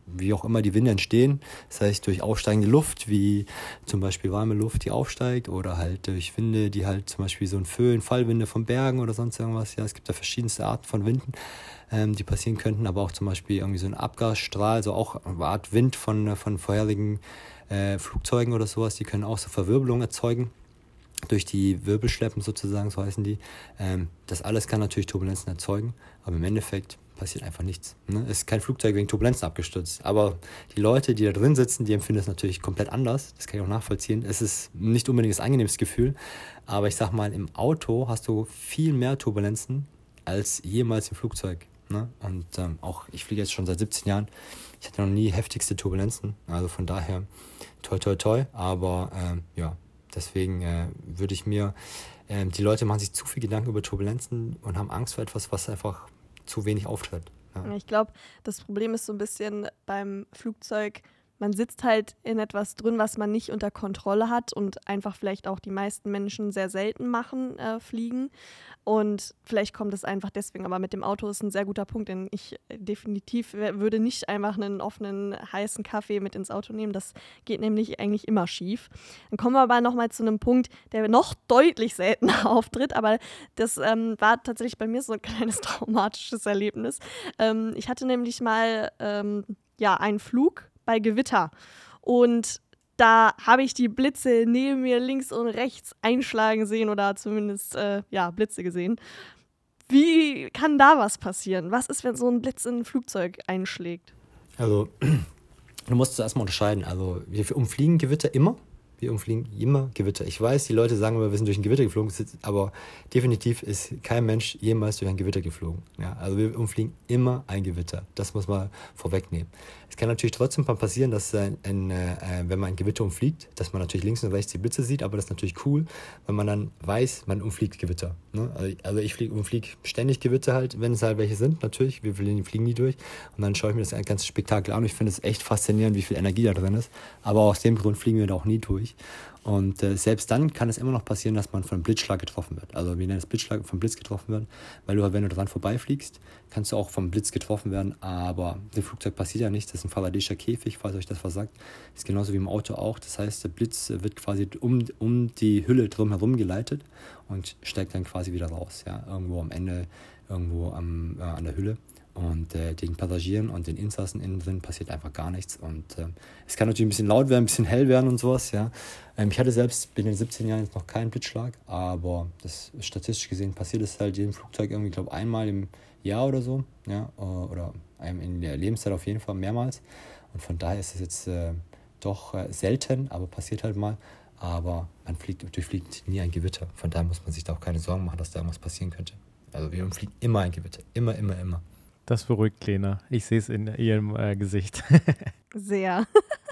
wie auch immer die Winde entstehen, das heißt durch aufsteigende Luft, wie zum Beispiel warme Luft, die aufsteigt, oder halt durch Winde, die halt zum Beispiel so ein Föhn, Fallwinde von Bergen oder sonst irgendwas, ja, es gibt da verschiedenste Arten von Winden, ähm, die passieren könnten, aber auch zum Beispiel irgendwie so ein Abgasstrahl, also auch eine Art Wind von, von vorherigen äh, Flugzeugen oder sowas, die können auch so Verwirbelungen erzeugen, durch die Wirbelschleppen sozusagen, so heißen die. Ähm, das alles kann natürlich Turbulenzen erzeugen, aber im Endeffekt passiert einfach nichts. Ne? Es ist kein Flugzeug wegen Turbulenzen abgestürzt, aber die Leute, die da drin sitzen, die empfinden es natürlich komplett anders. Das kann ich auch nachvollziehen. Es ist nicht unbedingt das angenehmste Gefühl, aber ich sag mal, im Auto hast du viel mehr Turbulenzen als jemals im Flugzeug. Ne? Und ähm, auch, ich fliege jetzt schon seit siebzehn Jahren, ich hatte noch nie heftigste Turbulenzen, also von daher toi toi toi, aber ähm, ja, deswegen äh, würde ich mir, äh, die Leute machen sich zu viel Gedanken über Turbulenzen und haben Angst vor etwas, was einfach zu wenig auftritt. Ja. Ich glaube, das Problem ist so ein bisschen beim Flugzeug, man sitzt halt in etwas drin, was man nicht unter Kontrolle hat und einfach vielleicht auch die meisten Menschen sehr selten machen, äh, fliegen. Und vielleicht kommt es einfach deswegen, aber mit dem Auto ist ein sehr guter Punkt, denn ich definitiv würde nicht einfach einen offenen, heißen Kaffee mit ins Auto nehmen. Das geht nämlich eigentlich immer schief. Dann kommen wir aber nochmal zu einem Punkt, der noch deutlich seltener auftritt, aber das ähm, war tatsächlich bei mir so ein kleines traumatisches Erlebnis. Ähm, ich hatte nämlich mal ähm, ja, einen Flug bei Gewitter und da habe ich die Blitze neben mir links und rechts einschlagen sehen oder zumindest äh, ja, Blitze gesehen. Wie kann da was passieren? Was ist, wenn so ein Blitz in ein Flugzeug einschlägt? Also, du musst es erstmal unterscheiden. Also, wir umfliegen Gewitter immer. Wir umfliegen immer Gewitter. Ich weiß, die Leute sagen immer, wir sind durch ein Gewitter geflogen, aber definitiv ist kein Mensch jemals durch ein Gewitter geflogen. Ja, also wir umfliegen immer ein Gewitter. Das muss man vorwegnehmen. Es kann natürlich trotzdem passieren, dass ein, ein, äh, wenn man ein Gewitter umfliegt, dass man natürlich links und rechts die Blitze sieht, aber das ist natürlich cool, wenn man dann weiß, man umfliegt Gewitter. Ne? Also, also ich flieg, umfliege ständig Gewitter halt, wenn es halt welche sind, natürlich. Wir fliegen nie durch. Und dann schaue ich mir das ganze Spektakel an und ich finde es echt faszinierend, wie viel Energie da drin ist. Aber aus dem Grund fliegen wir da auch nie durch. Und äh, selbst dann kann es immer noch passieren, dass man von einem Blitzschlag getroffen wird. Also wir nennen es Blitzschlag, vom Blitz getroffen werden, weil du, wenn du dran vorbeifliegst, kannst du auch vom Blitz getroffen werden, aber dem Flugzeug passiert ja nichts. Das ist ein Faraday'scher Käfig, falls euch das versagt. Ist genauso wie im Auto auch. Das heißt, der Blitz wird quasi um, um die Hülle drumherum geleitet und steigt dann quasi wieder raus. Ja? Irgendwo am Ende, irgendwo am, äh, an der Hülle. Und äh, den Passagieren und den Insassen innen drin passiert einfach gar nichts. Und äh, es kann natürlich ein bisschen laut werden, ein bisschen hell werden und sowas. Ja. Ähm, ich hatte selbst in den siebzehn Jahren jetzt noch keinen Blitzschlag, aber das statistisch gesehen passiert es halt jedem Flugzeug irgendwie, glaube ich, einmal im Jahr oder so. Ja, oder in der Lebenszeit auf jeden Fall mehrmals. Und von daher ist es jetzt äh, doch äh, selten, aber passiert halt mal. Aber man fliegt, durchfliegt nie ein Gewitter. Von daher muss man sich da auch keine Sorgen machen, dass da irgendwas passieren könnte. Also wir fliegen immer ein Gewitter. Immer, immer, immer. Das beruhigt Lena. Ich sehe es in ihrem äh, Gesicht. Sehr.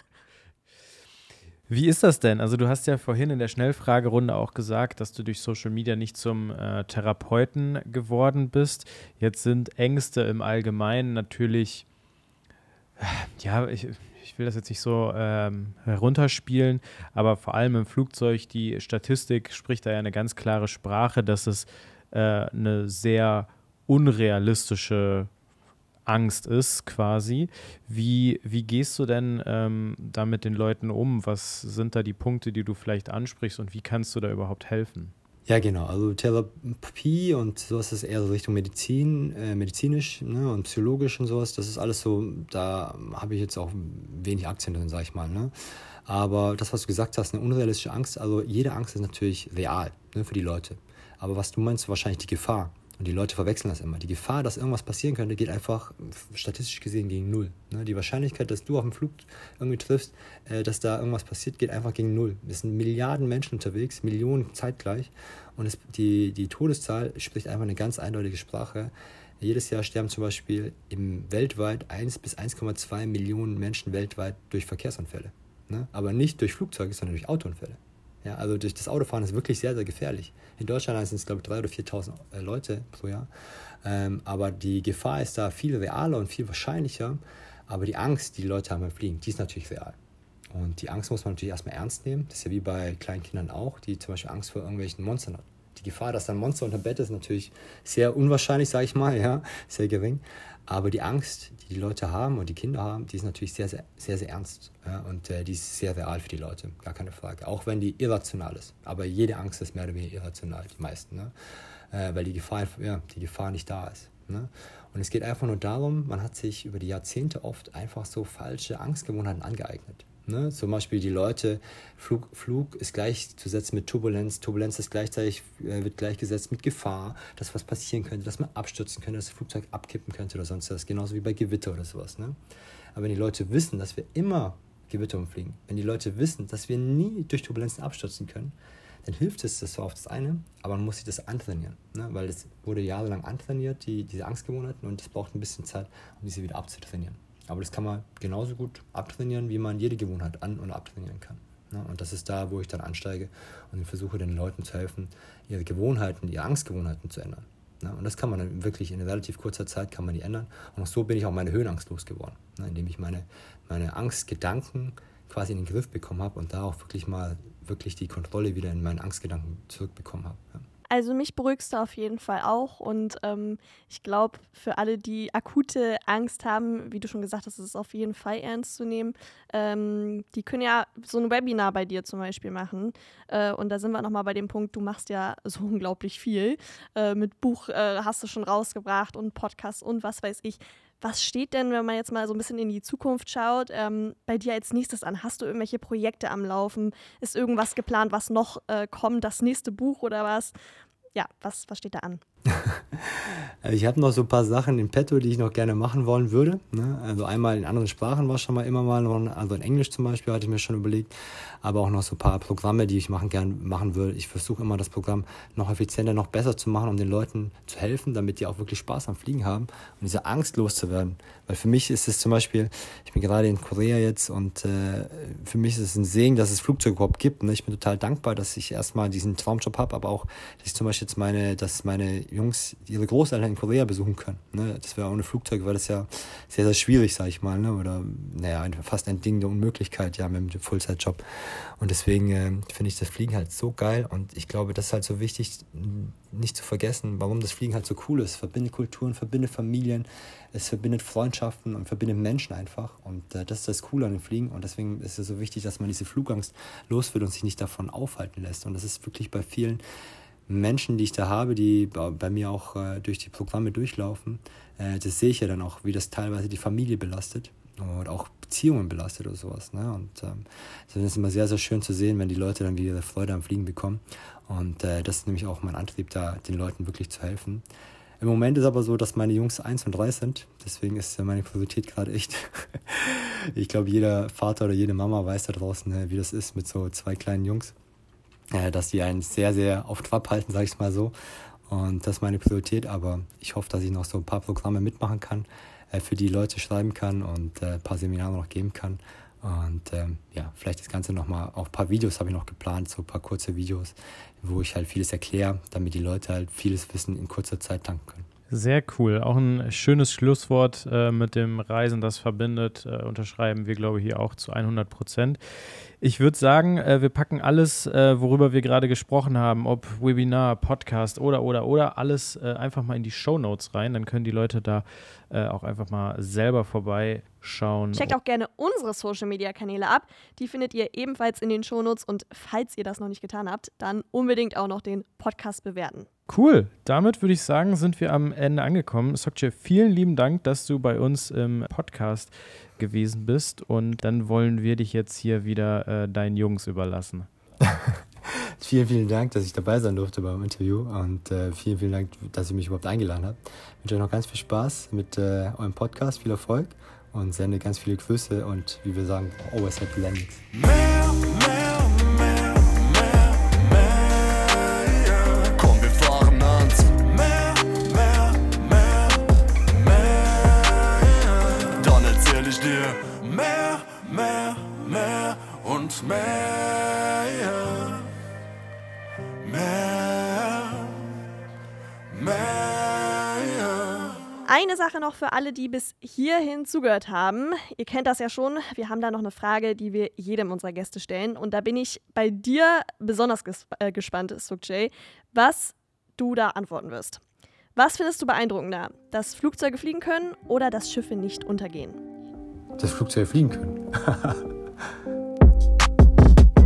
Wie ist das denn? Also du hast ja vorhin in der Schnellfragerunde auch gesagt, dass du durch Social Media nicht zum äh, Therapeuten geworden bist. Jetzt sind Ängste im Allgemeinen natürlich, äh, ja, ich, ich will das jetzt nicht so ähm, herunterspielen, aber vor allem im Flugzeug, die Statistik spricht da ja eine ganz klare Sprache, dass es äh, eine sehr unrealistische Angst ist quasi. Wie, wie gehst du denn ähm, da mit den Leuten um? Was sind da die Punkte, die du vielleicht ansprichst und wie kannst du da überhaupt helfen? Ja, genau. Also Therapie und sowas ist eher so Richtung Medizin, äh, medizinisch, ne, und psychologisch und sowas. Das ist alles so, da habe ich jetzt auch wenig Aktien drin, sag ich mal. Ne? Aber das, was du gesagt hast, eine unrealistische Angst, also jede Angst ist natürlich real, ne, für die Leute. Aber was du meinst, wahrscheinlich die Gefahr. Und die Leute verwechseln das immer. Die Gefahr, dass irgendwas passieren könnte, geht einfach statistisch gesehen gegen null. Ne? Die Wahrscheinlichkeit, dass du auf dem Flug irgendwie triffst, äh, dass da irgendwas passiert, geht einfach gegen null. Es sind Milliarden Menschen unterwegs, Millionen zeitgleich. Und es, die, die Todeszahl spricht einfach eine ganz eindeutige Sprache. Jedes Jahr sterben zum Beispiel im weltweit eins bis eins Komma zwei Millionen Menschen weltweit durch Verkehrsunfälle. Ne? Aber nicht durch Flugzeuge, sondern durch Autounfälle. Ja, also durch das Autofahren ist wirklich sehr, sehr gefährlich. In Deutschland sind es, glaube ich, dreitausend oder viertausend äh, Leute pro Jahr. Ähm, aber die Gefahr ist da viel realer und viel wahrscheinlicher. Aber die Angst, die die Leute haben beim Fliegen, die ist natürlich real. Und die Angst muss man natürlich erstmal ernst nehmen. Das ist ja wie bei kleinen Kindern auch, die zum Beispiel Angst vor irgendwelchen Monstern haben. Die Gefahr, dass da ein Monster unter dem Bett ist, natürlich sehr unwahrscheinlich, sage ich mal, ja, sehr gering. Aber die Angst, die die Leute haben und die Kinder haben, die ist natürlich sehr, sehr, sehr, sehr ernst. Ja, und äh, die ist sehr real für die Leute, gar keine Frage. Auch wenn die irrational ist. Aber jede Angst ist mehr oder weniger irrational, die meisten. Ne? Äh, weil die Gefahr, ja, die Gefahr nicht da ist. Ne? Und es geht einfach nur darum, man hat sich über die Jahrzehnte oft einfach so falsche Angstgewohnheiten angeeignet. Ne? Zum Beispiel die Leute, Flug, Flug ist gleichzusetzen mit Turbulenz, Turbulenz ist gleichzeitig, äh, wird gleichgesetzt mit Gefahr, dass was passieren könnte, dass man abstürzen könnte, dass das Flugzeug abkippen könnte oder sonst was, genauso wie bei Gewitter oder sowas. Ne? Aber wenn die Leute wissen, dass wir immer Gewitter umfliegen, wenn die Leute wissen, dass wir nie durch Turbulenzen abstürzen können, dann hilft es das zwar auf das eine, aber man muss sich das antrainieren, ne? Weil es wurde jahrelang antrainiert, die, diese Angstgewohnheiten, und es braucht ein bisschen Zeit, um diese wieder abzutrainieren. Aber das kann man genauso gut abtrainieren, wie man jede Gewohnheit an- und abtrainieren kann. Ne? Und das ist da, wo ich dann ansteige und versuche den Leuten zu helfen, ihre Gewohnheiten, ihre Angstgewohnheiten zu ändern. Ne? Und das kann man dann wirklich in relativ kurzer Zeit kann man die ändern. Und auch so bin ich auch meine Höhenangst losgeworden, ne? Indem ich meine, meine Angstgedanken quasi in den Griff bekommen habe und da auch wirklich mal wirklich die Kontrolle wieder in meinen Angstgedanken zurückbekommen habe. Ja. Also mich beruhigst du auf jeden Fall auch, und ähm, ich glaube, für alle, die akute Angst haben, wie du schon gesagt hast, ist es auf jeden Fall ernst zu nehmen. Ähm, die können ja so ein Webinar bei dir zum Beispiel machen, äh, und da sind wir nochmal bei dem Punkt, du machst ja so unglaublich viel. Äh, mit Buch äh, hast du schon rausgebracht und Podcast und was weiß ich. Was steht denn, wenn man jetzt mal so ein bisschen in die Zukunft schaut, ähm, bei dir als nächstes an? Hast du irgendwelche Projekte am Laufen? Ist irgendwas geplant, was noch äh, kommt? Das nächste Buch oder was? Ja, was, was steht da an? Ich habe noch so ein paar Sachen in petto, die ich noch gerne machen wollen würde. Ne? Also einmal in anderen Sprachen war schon mal immer mal, noch, also in Englisch zum Beispiel hatte ich mir schon überlegt, aber auch noch so ein paar Programme, die ich machen gern machen will. Ich versuche immer, das Programm noch effizienter, noch besser zu machen, um den Leuten zu helfen, damit die auch wirklich Spaß am Fliegen haben und diese Angst loszuwerden. Weil für mich ist es zum Beispiel, ich bin gerade in Korea jetzt, und äh, für mich ist es ein Segen, dass es Flugzeuge überhaupt gibt. Ne? Ich bin total dankbar, dass ich erstmal diesen Traumjob habe, aber auch, dass ich zum Beispiel jetzt meine, dass meine Jungs ihre Großeltern in Korea besuchen können. Ne? Das wäre ohne Flugzeug, war das ja sehr, sehr schwierig, sag ich mal. Ne? Oder naja, fast ein Ding der Unmöglichkeit, ja, mit dem Fullzeitjob. Und deswegen äh, finde ich das Fliegen halt so geil, und ich glaube, das ist halt so wichtig, nicht zu vergessen, warum das Fliegen halt so cool ist. Es verbindet Kulturen, verbindet Familien, es verbindet Freundschaften und verbindet Menschen einfach. Und äh, das ist das Coole an dem Fliegen, und deswegen ist es so wichtig, dass man diese Flugangst los wird und sich nicht davon aufhalten lässt. Und das ist wirklich bei vielen Menschen, die ich da habe, die bei mir auch äh, durch die Programme durchlaufen, äh, das sehe ich ja dann auch, wie das teilweise die Familie belastet und auch Beziehungen belastet oder sowas. Ne? Und ähm, das ist immer sehr, sehr schön zu sehen, wenn die Leute dann wieder Freude am Fliegen bekommen. Und äh, das ist nämlich auch mein Antrieb, da den Leuten wirklich zu helfen. Im Moment ist aber so, dass meine Jungs eins und drei sind. Deswegen ist meine Priorität gerade echt. Ich glaube, jeder Vater oder jede Mama weiß da draußen, ne, wie das ist mit so zwei kleinen Jungs. Dass die einen sehr, sehr auf Trab halten, sage ich mal so. Und das ist meine Priorität, aber ich hoffe, dass ich noch so ein paar Programme mitmachen kann, für die Leute schreiben kann und ein paar Seminare noch geben kann. Und ähm, ja, vielleicht das Ganze nochmal, auch ein paar Videos habe ich noch geplant, so ein paar kurze Videos, wo ich halt vieles erkläre, damit die Leute halt vieles Wissen in kurzer Zeit danken können. Sehr cool. Auch ein schönes Schlusswort äh, mit dem Reisen, das verbindet, äh, unterschreiben wir, glaube ich, hier auch zu hundert Prozent. Ich würde sagen, äh, wir packen alles, äh, worüber wir gerade gesprochen haben, ob Webinar, Podcast oder, oder, oder, alles äh, einfach mal in die Shownotes rein. Dann können die Leute da äh, auch einfach mal selber vorbeischauen. Checkt auch gerne unsere Social-Media-Kanäle ab. Die findet ihr ebenfalls in den Shownotes. Und falls ihr das noch nicht getan habt, dann unbedingt auch noch den Podcast bewerten. Cool. Damit würde ich sagen, sind wir am Ende angekommen. Sokje, vielen lieben Dank, dass du bei uns im Podcast gewesen bist. Und dann wollen wir dich jetzt hier wieder äh, deinen Jungs überlassen. Vielen, vielen Dank, dass ich dabei sein durfte beim Interview. Und äh, vielen, vielen Dank, dass ihr mich überhaupt eingeladen habt. Ich wünsche euch noch ganz viel Spaß mit äh, eurem Podcast, viel Erfolg und sende ganz viele Grüße und, wie wir sagen, always happy landings. Mehr, mehr, mehr, mehr, mehr, yeah. Komm, wir fahren ans Meer, mehr, mehr, mehr, yeah. Dann erzähl ich dir mehr, mehr, mehr und mehr, yeah. Mehr, mehr, yeah. eine Sache noch für alle, die bis hierhin zugehört haben. Ihr kennt das ja schon. Wir haben da noch eine Frage, die wir jedem unserer Gäste stellen. Und da bin ich bei dir besonders ges- äh, gespannt, Sukjay, was du da antworten wirst. Was findest du beeindruckender? Dass Flugzeuge fliegen können oder dass Schiffe nicht untergehen? Dass Flugzeuge fliegen können.